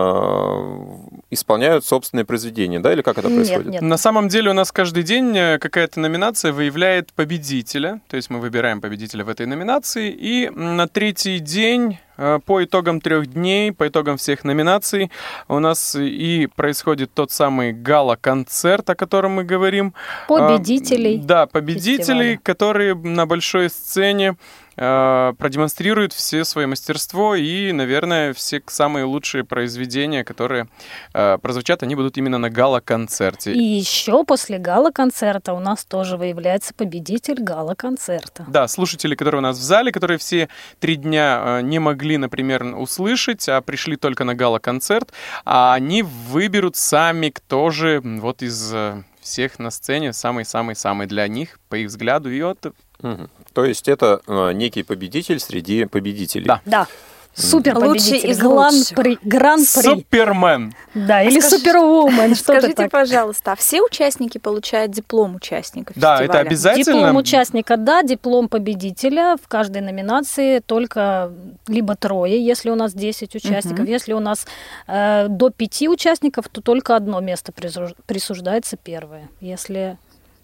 исполняют собственные произведения, да, или как это происходит? Нет. На самом деле у нас каждый день какая-то номинация выявляет победителя, то есть мы выбираем победителя в этой номинации, и на третий день по итогам 3 дней, по итогам всех номинаций у нас и происходит тот самый гала-концерт, о котором мы говорим. Победителей. Да, победителей, фестиваля, которые на большой сцене продемонстрируют все свое мастерство и, наверное, все самые лучшие произведения, которые прозвучат, они будут именно на гала-концерте. И еще после гала-концерта у нас тоже выявляется победитель гала-концерта. Да, слушатели, которые у нас в зале, которые все 3 дня не могли, например, услышать, а пришли только на гала-концерт, они выберут сами, кто же вот из всех на сцене самый-самый-самый для них, по их взгляду, и вот... То есть это некий победитель среди победителей. Да. Супер Лучший победитель, из гран-при. Супермен. Да, или супервумен. Скажите, пожалуйста, а все участники получают диплом участника Да, фестиваля? это обязательно. Диплом участника, да, диплом победителя. В каждой номинации только либо 3, если у нас 10 участников. Если у нас до 5 участников, то только 1 место присуждается первое. Если...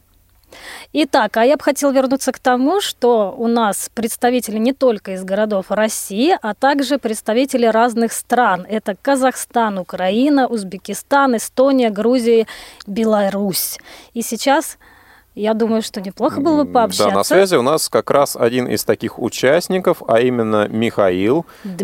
Итак, а я бы хотела вернуться к тому, что у нас представители не только из городов России, а также представители разных стран. Это Казахстан, Украина, Узбекистан, Эстония, Грузия, Беларусь. И сейчас, я думаю, что неплохо было бы пообщаться. Да, на связи у нас как раз один из таких участников, а именно Михаил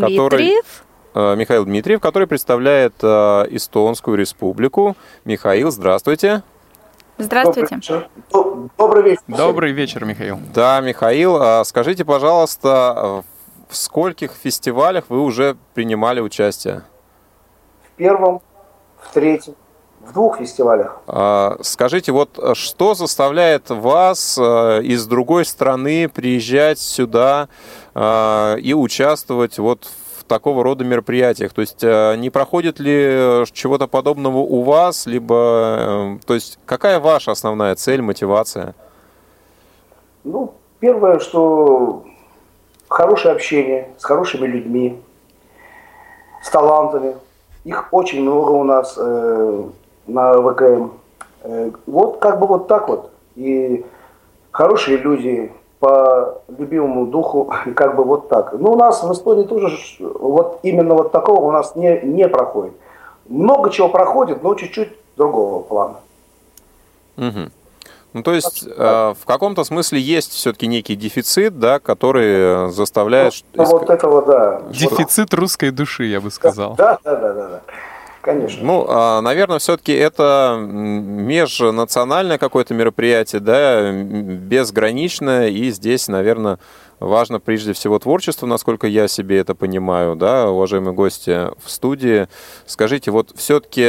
Дмитриев, который представляет Эстонскую республику. Михаил, здравствуйте. Здравствуйте. Добрый вечер. Добрый вечер, Михаил. Да, Михаил, скажите, пожалуйста, в скольких фестивалях вы уже принимали участие? В 1, в 3, в 2 фестивалях. Скажите, вот что заставляет вас из другой страны приезжать сюда и участвовать вот в такого рода мероприятиях? То есть не проходит ли чего-то подобного у вас, либо, то есть какая ваша основная цель, мотивация? Ну, первое, что хорошее общение с хорошими людьми, с талантами. Их очень много у нас на ВКМ. Вот как бы вот так вот. И хорошие люди по любимому духу, как бы вот так. Но у нас в Эстонии тоже вот именно вот такого у нас не проходит. Много чего проходит, но чуть-чуть другого плана. Угу. Ну, то есть, в каком-то смысле есть все-таки некий дефицит, да, который заставляет... Вот этого, да. Дефицит русской души, я бы сказал. Да. Конечно. Ну, наверное, все-таки это межнациональное какое-то мероприятие, да, безграничное, и здесь, наверное, важно прежде всего творчество, насколько я себе это понимаю, да, уважаемые гости в студии. Скажите, вот все-таки,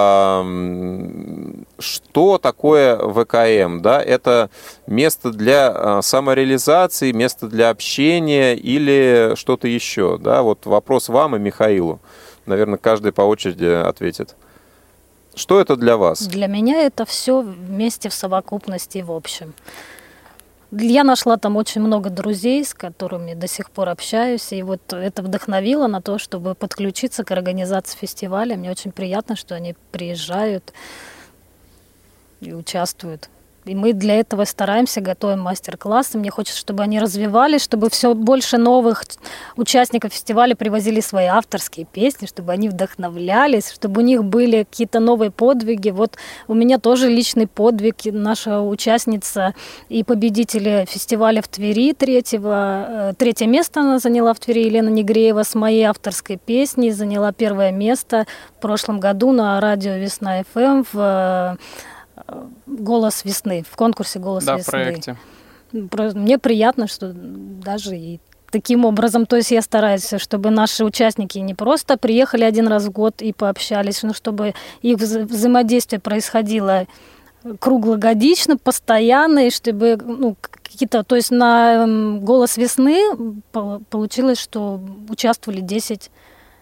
что такое ВКМ, да? Это место для самореализации, место для общения или что-то еще, да? Вот вопрос вам и Михаилу. Наверное, каждый по очереди ответит. Что это для вас? Для меня это все вместе в совокупности, в общем. Я нашла там очень много друзей, с которыми до сих пор общаюсь, и вот это вдохновило на то, чтобы подключиться к организации фестиваля. Мне очень приятно, что они приезжают и участвуют. И мы для этого стараемся, готовим мастер-классы. Мне хочется, чтобы они развивались, чтобы все больше новых участников фестиваля привозили свои авторские песни, чтобы они вдохновлялись, чтобы у них были какие-то новые подвиги. Вот у меня тоже личный подвиг. Наша участница и победитель фестиваля в Твери третье место она заняла в Твери, Елена Негреева, с моей авторской песней заняла 1 место в прошлом году на радио Весна ФМ в «Голос весны», в конкурсе «Голос весны». Да, в проекте. Мне приятно, что даже и таким образом, то есть я стараюсь, чтобы наши участники не просто приехали один раз в год и пообщались, но чтобы их взаимодействие происходило круглогодично, постоянно, и чтобы какие-то... То есть на «Голос весны» получилось, что участвовали 10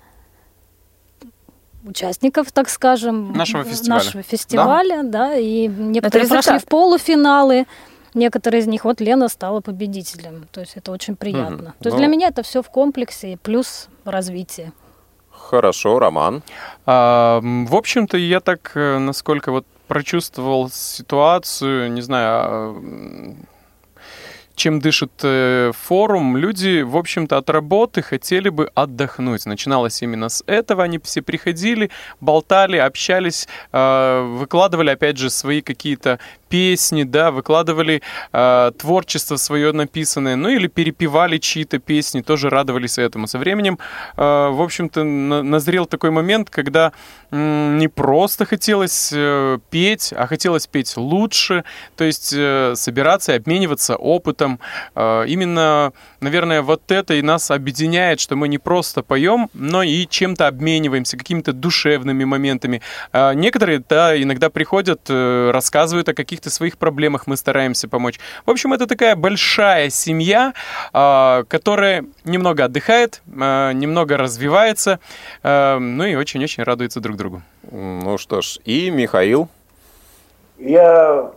участников, так скажем, нашего фестиваля, да, и некоторые прошли в полуфиналы, некоторые из них, вот Лена стала победителем, то есть это очень приятно. То есть для меня это все в комплексе, плюс развитие. Хорошо, Роман. В общем-то, я так, насколько вот прочувствовал ситуацию, не знаю, чем дышит форум, люди, в общем-то, от работы хотели бы отдохнуть. Начиналось именно с этого. Они все приходили, болтали, общались, выкладывали, опять же, свои какие-то песни, да, выкладывали творчество свое написанное, ну или перепевали чьи-то песни, тоже радовались этому. Со временем, в общем-то, назрел такой момент, когда не просто хотелось петь, а хотелось петь лучше, то есть собираться и обмениваться опытом. Именно, наверное, вот это и нас объединяет, что мы не просто поем, но и чем-то обмениваемся, какими-то душевными моментами. Некоторые, да, иногда приходят, рассказывают о каких-то своих проблемах, мы стараемся помочь. В общем, это такая большая семья, которая немного отдыхает, немного развивается, ну и очень-очень радуется друг другу. Ну что ж, и Михаил? Я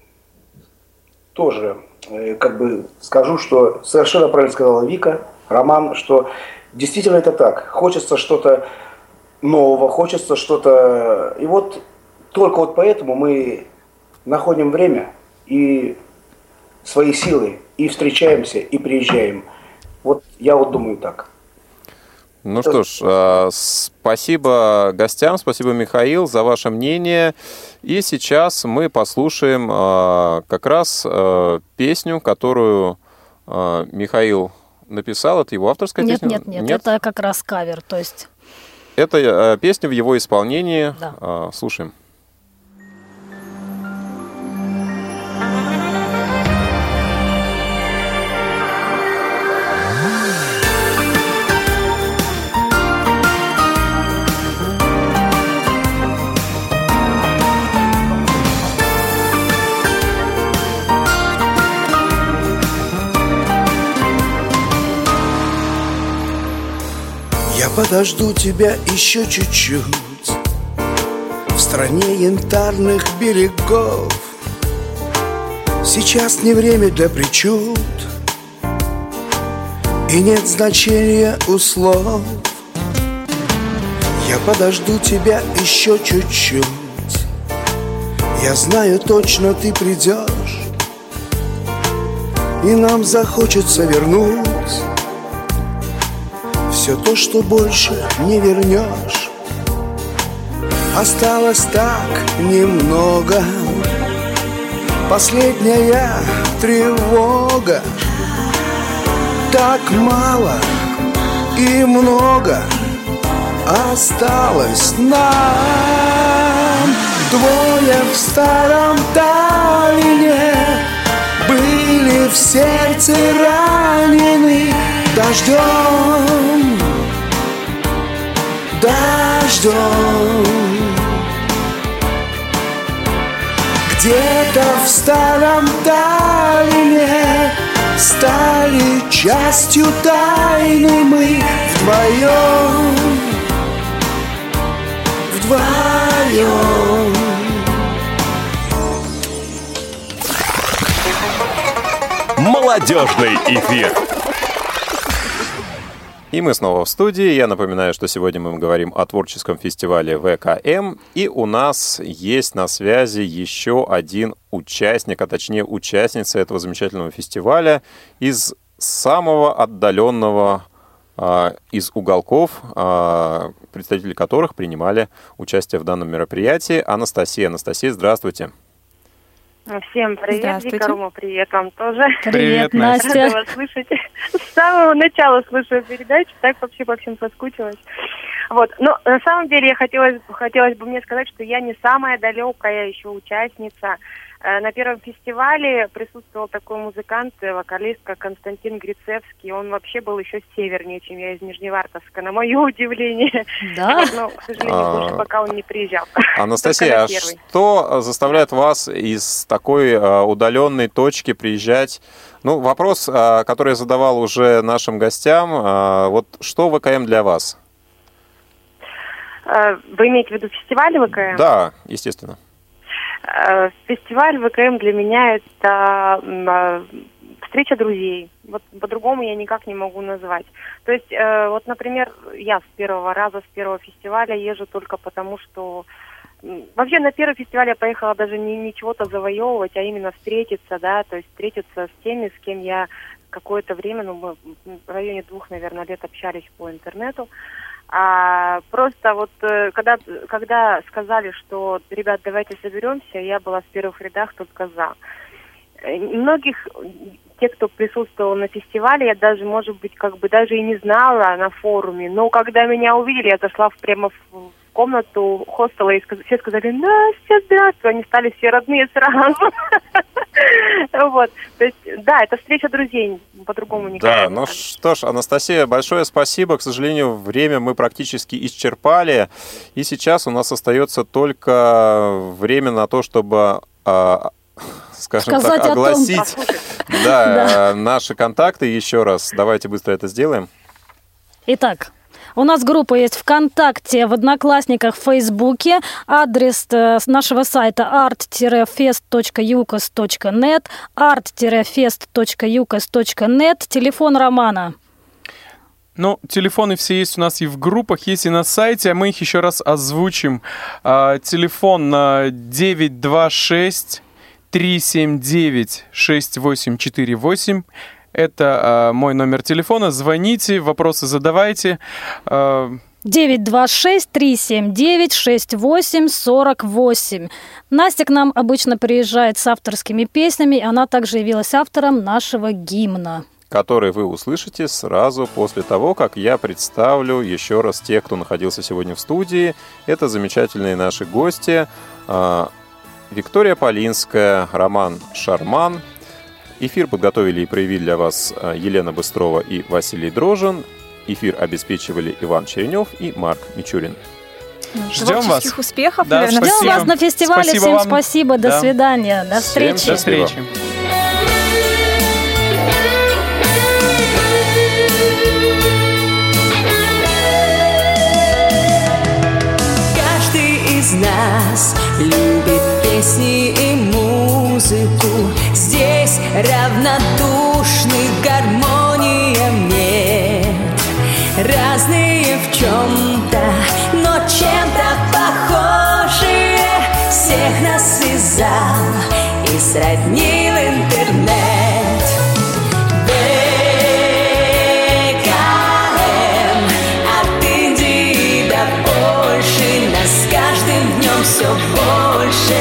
тоже как бы скажу, что совершенно правильно сказала Вика, Роман, что действительно это так. Хочется что-то нового, хочется что-то... И вот только вот поэтому мы находим время и свои силы, и встречаемся, и приезжаем. Вот я вот думаю так. Ну что ж, спасибо гостям, спасибо, Михаил, за ваше мнение. И сейчас мы послушаем как раз песню, которую Михаил написал. Это его авторская песня? Нет, это как раз кавер. То есть... Это песня в его исполнении. Да. Слушаем. Я подожду тебя еще чуть-чуть в стране янтарных берегов. Сейчас не время для причуд, и нет значения у слов. Я подожду тебя еще чуть-чуть. Я знаю точно, ты придешь, и нам захочется вернуть все то, что больше не вернешь. Осталось так немного, последняя тревога. Так мало и много осталось нам. Двое в старом Таллине были в сердце ранены дождем, дождем. Где-то в старом Таллине стали частью тайны мы вдвоем, вдвоем. Молодежный эфир. И мы снова в студии. Я напоминаю, что сегодня мы говорим о творческом фестивале ВКМ. И у нас есть на связи еще один участник, а точнее участница этого замечательного фестиваля из самого отдаленного из уголков, представители которых принимали участие в данном мероприятии. Анастасия. Анастасия, здравствуйте. Всем привет, Вика, Рома, привет вам тоже. Привет, Настя. Рада вас слышать. С самого начала слушаю передачу, так вообще по всем соскучилась. Вот, но на самом деле хотелось бы мне сказать, что я не самая далекая еще участница. На первом фестивале присутствовал такой музыкант, вокалист, как Константин Грицевский. Он вообще был еще севернее, чем я из Нижневартовска, на мое удивление. Да? Но, к сожалению, больше пока он не приезжал. Анастасия, а что заставляет вас из такой удаленной точки приезжать? Ну, вопрос, который я задавал уже нашим гостям. Вот что ВКМ для вас? Вы имеете в виду фестиваль ВКМ? Да, естественно. Фестиваль ВКМ для меня это встреча друзей. Вот по-другому я никак не могу назвать. То есть, вот, например, я с первого фестиваля езжу только потому, что... Вообще на первый фестиваль я поехала даже не чего-то завоевывать, а именно встретиться, да, то есть встретиться с теми, с кем я какое-то время, мы в районе 2, наверное, лет общались по интернету. А просто вот когда сказали, что, ребят, давайте соберемся, я была в первых рядах только за. Многих, те, кто присутствовал на фестивале, я даже, может быть, даже и не знала на форуме, но когда меня увидели, я зашла прямо в комнату хостела, и все сказали: Настя, здравствуй, они стали все родные сразу. Вот, то есть, да, это встреча друзей, по-другому никак. Да, ну что ж, Анастасия, большое спасибо. К сожалению, время мы практически исчерпали, и сейчас у нас остается только время на то, чтобы, скажем так, огласить наши контакты еще раз. Давайте быстро это сделаем. Итак, у нас группа есть ВКонтакте, в Одноклассниках, в Фейсбуке. Адрес нашего сайта art-fest.ucas.net, art-fest.ucas.net. Телефон Романа. Ну, телефоны все есть у нас и в группах, есть и на сайте, а мы их еще раз озвучим. Телефон 926 379 6848. Это мой номер телефона. Звоните, вопросы задавайте. 926-379-6848. Настя к нам обычно приезжает с авторскими песнями. Она также явилась автором нашего гимна, который вы услышите сразу после того, как я представлю еще раз тех, кто находился сегодня в студии. Это замечательные наши гости. Виктория Полинская, Роман Шарман. Эфир подготовили и проявили для вас Елена Быстрова и Василий Дрожин. Эфир обеспечивали Иван Черенев и Марк Мичурин. Ждем вас. Творческих успехов, да, наверное. Ждем вас на фестивале. Спасибо Всем вам. спасибо. До свидания. До встречи. Всем счастливо. До встречи. Каждый из нас любит песни и музыку. Здесь равнодушных гармониям нет. Разные в чем-то, но чем-то похожие. Всех нас связал и сроднил интернет. ВКМ, от Индии до Польши, нас с каждым днем все больше.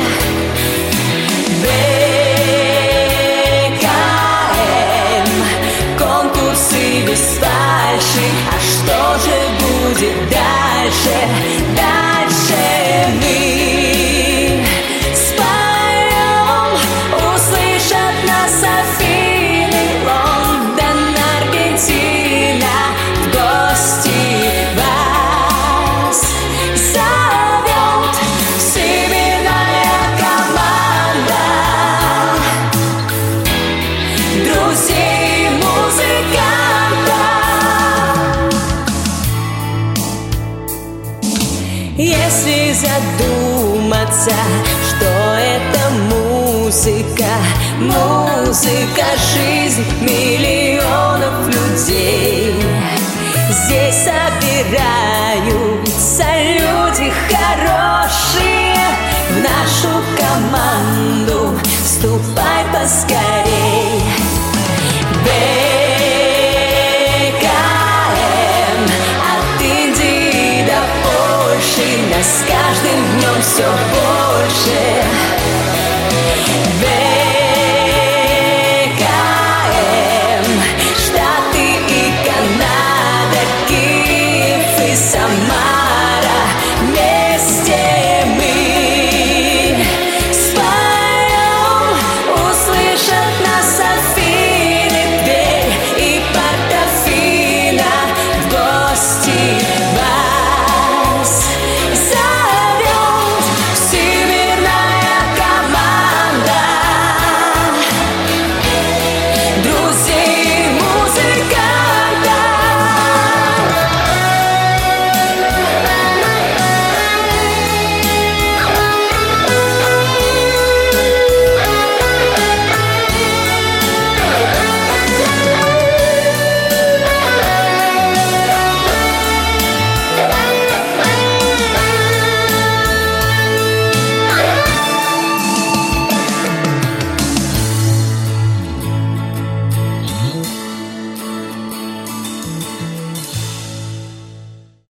ВКМ, конкурсы без фальши. А что же будет дальше? Дальше мы споем, услышат нас Афины, Лондон, Аргентина. В гости вас зовет всемирная команда друзей музыкантов. Если задуматься, что это музыка, музыка, музыка, жизнь миллионов людей. Здесь собираются люди хорошие, в нашу команду вступай поскорей. БКМ от Индии до Польши, нас с каждым днем все больше.